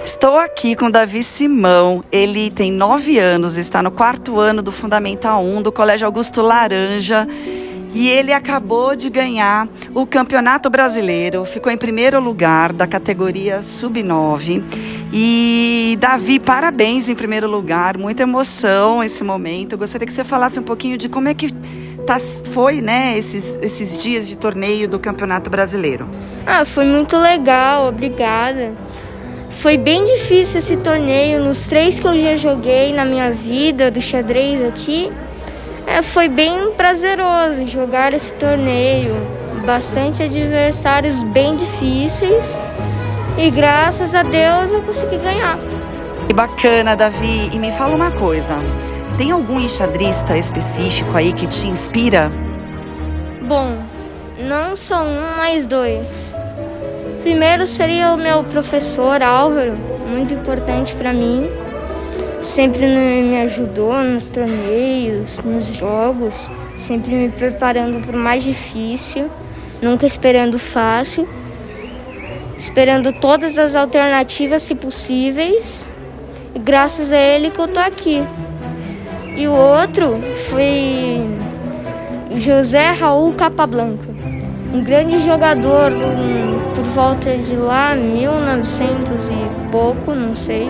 Estou aqui com Davi Simão. Ele tem 9 anos, está no 4º ano do Fundamental 1 do Colégio Augusto Laranja. E ele acabou de ganhar o Campeonato Brasileiro. Ficou em primeiro lugar da categoria Sub-9. E, Davi, parabéns em primeiro lugar. Muita emoção esse momento. Eu gostaria que você falasse um pouquinho de como é que foi, né, esses dias de torneio do Campeonato Brasileiro. Foi muito legal, obrigada. Foi bem difícil esse torneio, nos 3 que eu já joguei na minha vida, do xadrez aqui. Foi bem prazeroso jogar esse torneio. Bastante adversários bem difíceis. E graças a Deus eu consegui ganhar. Que bacana, Davi. E me fala uma coisa. Tem algum enxadrista específico aí que te inspira? Bom, não só um, mas 2. Primeiro seria o meu professor Álvaro, muito importante para mim. Sempre me ajudou nos torneios, nos jogos, sempre me preparando para o mais difícil, nunca esperando fácil, esperando todas as alternativas se possíveis, e graças a ele que eu tô aqui. E o outro foi José Raul Capablanca, um grande jogador por volta de lá, 1900 e pouco, não sei.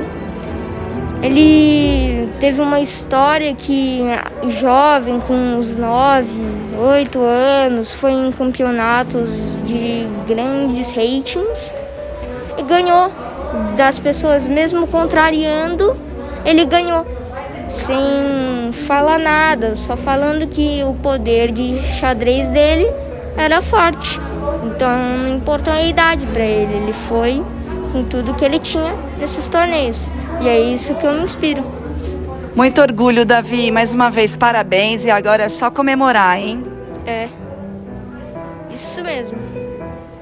Ele teve uma história que, jovem, com uns 9, 8 anos, foi em campeonatos de grandes ratings e ganhou das pessoas, mesmo contrariando, ele ganhou, sem falar nada, só falando que o poder de xadrez dele era forte. Então não importou a idade para ele, ele foi com tudo que ele tinha nesses torneios. E é isso que eu me inspiro. Muito orgulho, Davi. Mais uma vez, parabéns. E agora é só comemorar, hein? Isso mesmo.